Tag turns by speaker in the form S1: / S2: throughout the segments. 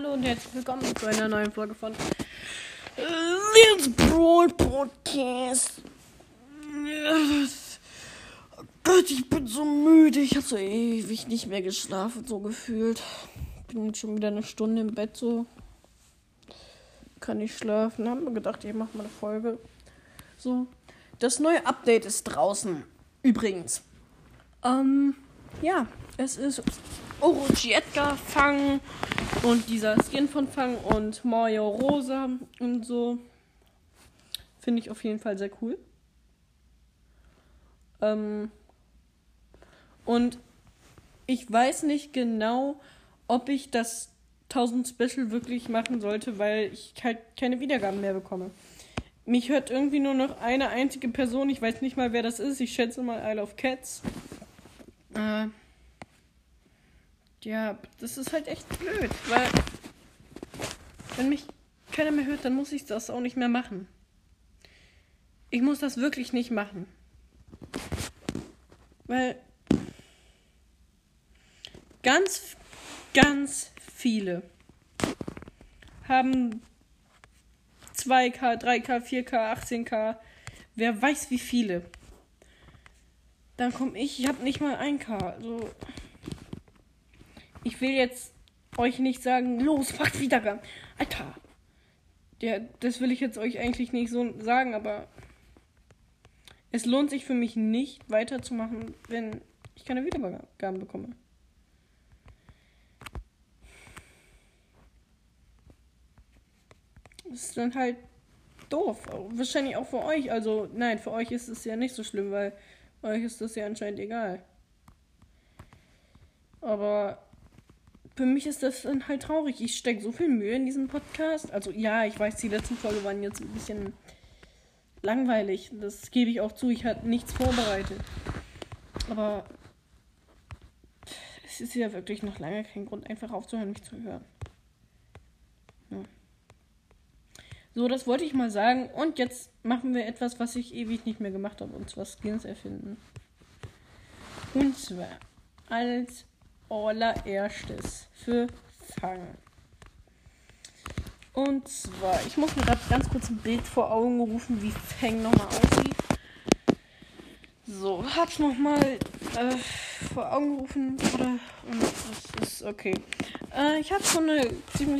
S1: Hallo und herzlich willkommen zu einer neuen Folge von Leons Brawl Podcast. Oh Gott, ich bin so müde. Ich habe so ewig nicht mehr geschlafen, so gefühlt. Bin jetzt schon wieder eine Stunde im Bett, so. Kann nicht schlafen. Haben wir gedacht, ich mache mal eine Folge. So. Das neue Update ist draußen. Übrigens. Ja, es ist Orochi Edgar Fang und dieser Skin von Fang und Mario Rosa und so. Finde ich auf jeden Fall sehr cool. Und ich weiß nicht genau, ob ich das 1000 Special wirklich machen sollte, weil ich halt keine Wiedergaben mehr bekomme. Mich hört irgendwie nur noch eine einzige Person. Ich weiß nicht mal, wer das ist. Ich schätze mal I Love Cats. Ja, das ist halt echt blöd, weil wenn mich keiner mehr hört, dann muss ich das auch nicht mehr machen. Ich muss das wirklich nicht machen. Weil ganz viele haben 2K, 3K, 4K, 18K, wer weiß wie viele. Dann komme ich habe nicht mal 1K. Also ich will jetzt euch nicht sagen, los, macht Wiedergaben. Alter. Ja, das will ich jetzt euch eigentlich nicht so sagen, aber es lohnt sich für mich nicht weiterzumachen, wenn ich keine Wiedergaben bekomme. Das ist dann halt doof. Wahrscheinlich auch für euch. Also, nein, für euch ist es ja nicht so schlimm, weil euch ist das ja anscheinend egal. Aber für mich ist das dann halt traurig. Ich stecke so viel Mühe in diesen Podcast. Also, ja, ich weiß, die letzten Folgen waren jetzt ein bisschen langweilig. Das gebe ich auch zu. Ich hatte nichts vorbereitet. Aber es ist ja wirklich noch lange kein Grund, einfach aufzuhören, mich zu hören. Ja. So, das wollte ich mal sagen. Und jetzt machen wir etwas, was ich ewig nicht mehr gemacht habe. Und zwar Skins erfinden. Und zwar als allererstes für Fang. Und zwar, ich muss mir gerade ganz kurz ein Bild vor Augen rufen, wie Fang nochmal aussieht. So, hab's nochmal vor Augen gerufen. Und das ist okay. Ich habe schon eine ziemlich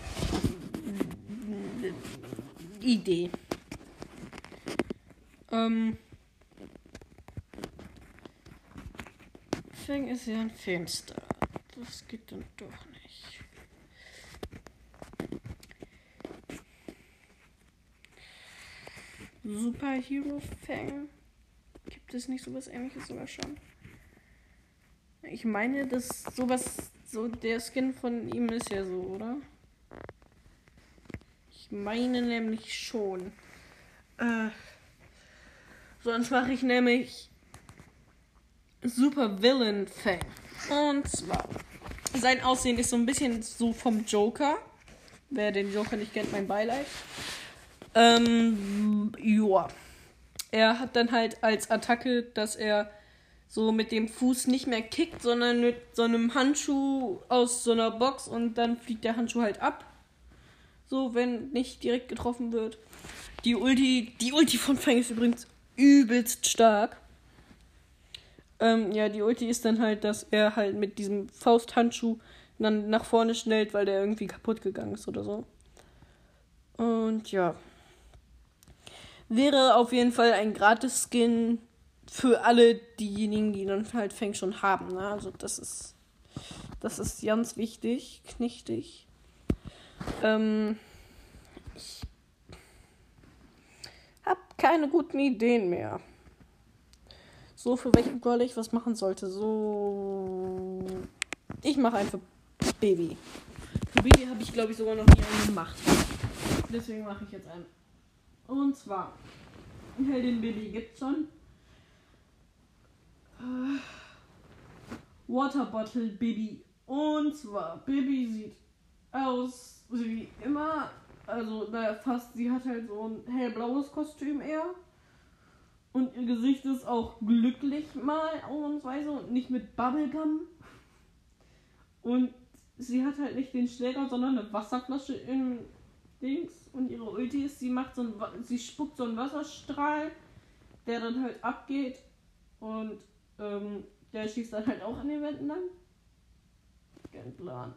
S1: Idee. Fang ist ja ein Filmstar. Das geht dann doch nicht. Superhero Fang? Gibt es nicht sowas Ähnliches sogar schon? Ich meine, dass sowas, so der Skin von ihm ist ja so, oder? Ich meine nämlich schon. Sonst mache ich nämlich Super Villain Fang. Und zwar, sein Aussehen ist so ein bisschen so vom Joker. Wer den Joker nicht kennt, mein Beileid. Ja. Er hat dann halt als Attacke, dass er so mit dem Fuß nicht mehr kickt, sondern mit so einem Handschuh aus so einer Box und dann fliegt der Handschuh halt ab. So, wenn nicht direkt getroffen wird. Die Ulti von Fang ist übrigens übelst stark. Ja, die Ulti ist dann halt, dass er halt mit diesem Fausthandschuh dann nach vorne schnellt, weil der irgendwie kaputt gegangen ist oder so. Und ja. Wäre auf jeden Fall ein Gratis-Skin für alle diejenigen, die dann halt Fang schon haben. Ne? Also das ist ganz wichtig, knichtig. Ich habe keine guten Ideen mehr. So, für welchen Brawler ich was machen sollte. So. Ich mache einen für Baby. Für Baby habe ich, glaube ich, sogar noch nie einen gemacht. Deswegen mache ich jetzt einen. Und zwar. Heldin Baby gibt's schon. Water Bottle Baby. Und zwar, Baby sieht aus wie immer. Also, naja, fast. Sie hat halt so ein hellblaues Kostüm eher. Und ihr Gesicht ist auch glücklich mal ausnahmsweise und nicht mit Bubblegum. Und sie hat halt nicht den Schläger, sondern eine Wasserflasche im Dings. Und ihre Ulti ist, sie spuckt so einen Wasserstrahl, der dann halt abgeht. Und der schießt dann halt auch an den Wänden lang. Kein Plan.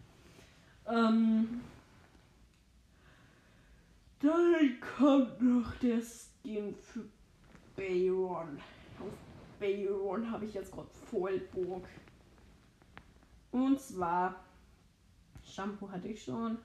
S1: Dann kommt noch der Skin für Bayron. Auf Bayron habe ich jetzt gerade voll Bock. Und zwar Shampoo hatte ich schon.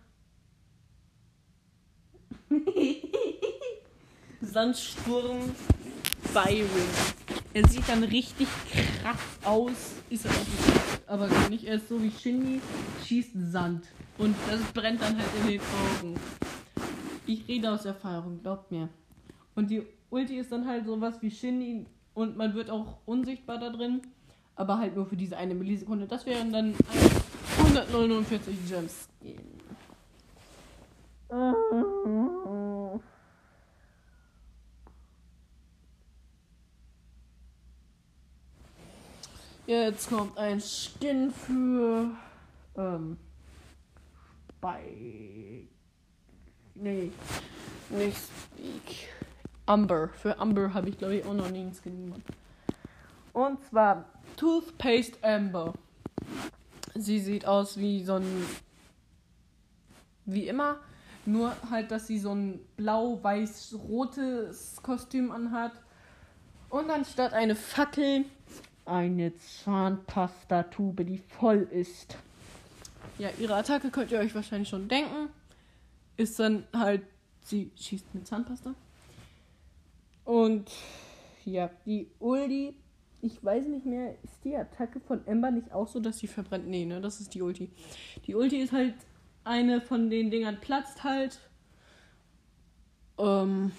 S1: Sandsturm Byron. Er sieht dann richtig krass aus. Ist er auch nicht, aber gar nicht. Er ist so wie Shindy, schießt Sand. Und das brennt dann halt in den Augen. Ich rede aus Erfahrung, glaubt mir. Und die Ulti ist dann halt sowas wie Shindy und man wird auch unsichtbar da drin. Aber halt nur für diese eine Millisekunde. Das wären dann 149 Gems. Jetzt kommt ein Skin für Nee, nicht Speak. Amber. Für Amber habe ich, glaube ich, auch noch nie einen Skin gemacht. Und zwar Toothpaste Amber. Sie sieht aus wie so ein... Wie immer. Nur halt, dass sie so ein blau-weiß-rotes Kostüm anhat. Und anstatt eine Fackel eine Zahnpastatube, die voll ist. Ja, ihre Attacke könnt ihr euch wahrscheinlich schon denken. Ist dann halt, sie schießt mit Zahnpasta. Und ja, die Ulti, ich weiß nicht mehr, ist die Attacke von Ember nicht auch so, dass sie verbrennt? Nee, ne, das ist die Ulti. Die Ulti ist halt, eine von den Dingern platzt halt. Und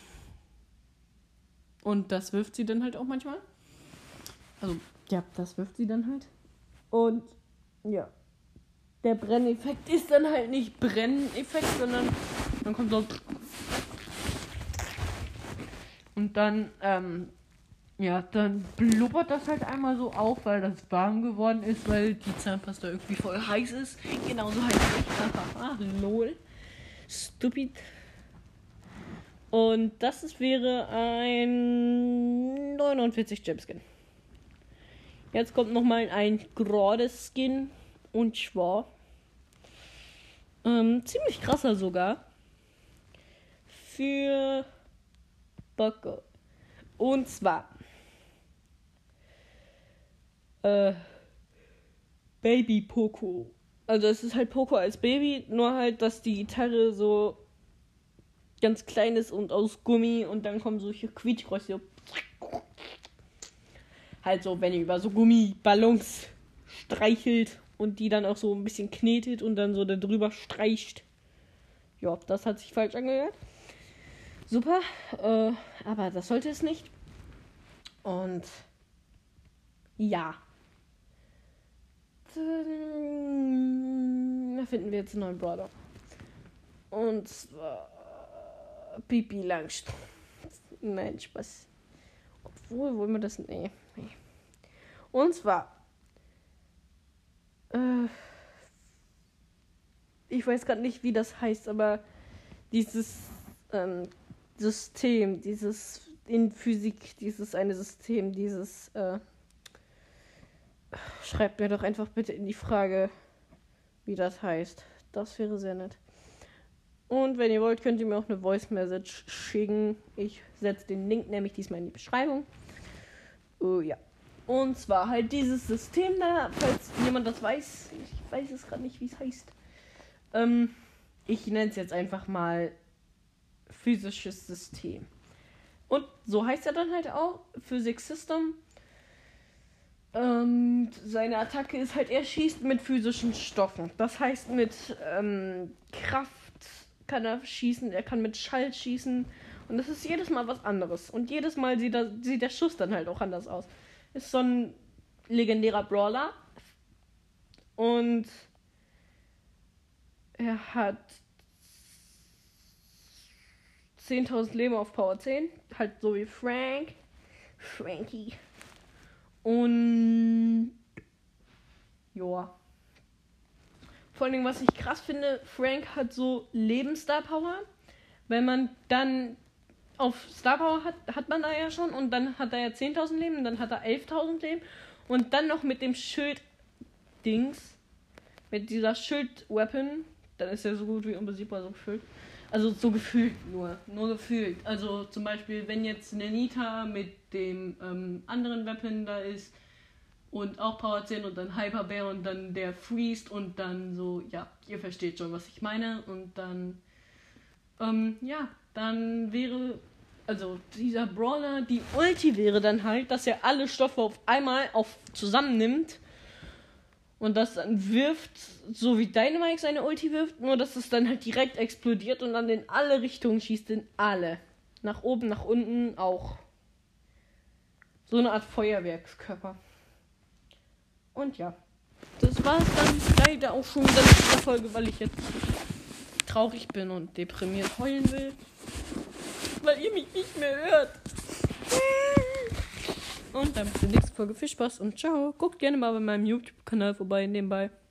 S1: das wirft sie dann halt auch manchmal. Also, ja, das wirft sie dann halt. Und ja, der Brenneffekt ist dann halt nicht Brenneffekt, sondern dann kommt so... Und dann, dann blubbert das halt einmal so auf, weil das warm geworden ist, weil die Zahnpasta irgendwie voll heiß ist. Genauso heiß wie ich. Lol. Stupid. Und wäre ein 49 Gem-Skin. Jetzt kommt nochmal ein gerades Skin. Und zwar ziemlich krasser sogar. Für Bocke. Und zwar Baby Poco. Also es ist halt Poco als Baby, nur halt, dass die Gitarre so ganz klein ist und aus Gummi und dann kommen solche Quietschgeräusche. Halt so, wenn ihr über so Gummiballons streichelt und die dann auch so ein bisschen knetet und dann so da drüber streicht. Ja, das hat sich falsch angehört. Super, aber das sollte es nicht. Und ja. Da finden wir jetzt einen neuen Brawler. Und zwar Pipi Langstrumpf. Nein, Spaß. Obwohl, wollen wir das... Nee. Und zwar ich weiß gerade nicht, wie das heißt, aber dieses System, dieses in Physik, dieses eine System, dieses schreibt mir doch einfach bitte in die Frage, wie das heißt. Das wäre sehr nett. Und wenn ihr wollt, könnt ihr mir auch eine Voice Message schicken. Ich setze den Link nämlich diesmal in die Beschreibung. Ja. Und zwar halt dieses System da, falls jemand das weiß. Ich weiß es gerade nicht, wie es heißt. Ich nenne es jetzt einfach mal physisches System. Und so heißt er dann halt auch, Physics System. Seine Attacke ist halt, er schießt mit physischen Stoffen. Das heißt, mit Kraft kann er schießen, er kann mit Schall schießen. Und das ist jedes Mal was anderes. Und jedes Mal sieht der Schuss dann halt auch anders aus. Ist so ein legendärer Brawler. Und er hat 10.000 Leben auf Power 10. Halt so wie Frankie. Und joa. vor allem, was ich krass finde, Frank hat so Lebensstar-Power. Wenn man dann auf Star Power hat man da ja schon und dann hat er ja 10.000 Leben, dann hat er 11.000 Leben und dann noch mit dem Schild-Dings, mit dieser Schild-Weapon, dann ist er so gut wie unbesiegbar, so gefühlt. Also so gefühlt nur gefühlt. Also zum Beispiel, wenn jetzt eine Nita mit dem anderen Weapon da ist und auch Power 10 und dann Hyper Bear und dann der Freest und dann so, ja, ihr versteht schon, was ich meine. Und dann, dann wäre, also dieser Brawler, die Ulti wäre dann halt, dass er alle Stoffe auf einmal zusammennimmt und das dann wirft, so wie Dynamite seine Ulti wirft, nur dass es dann halt direkt explodiert und dann in alle Richtungen schießt, in alle. Nach oben, nach unten auch. So eine Art Feuerwerkskörper. Und ja, das war es dann leider auch schon wieder mit dieser Folge, weil ich jetzt traurig bin und deprimiert heulen will. Weil ihr mich nicht mehr hört. Und dann bis zur nächsten Folge. Viel Spaß und ciao. Guckt gerne mal bei meinem YouTube-Kanal vorbei nebenbei.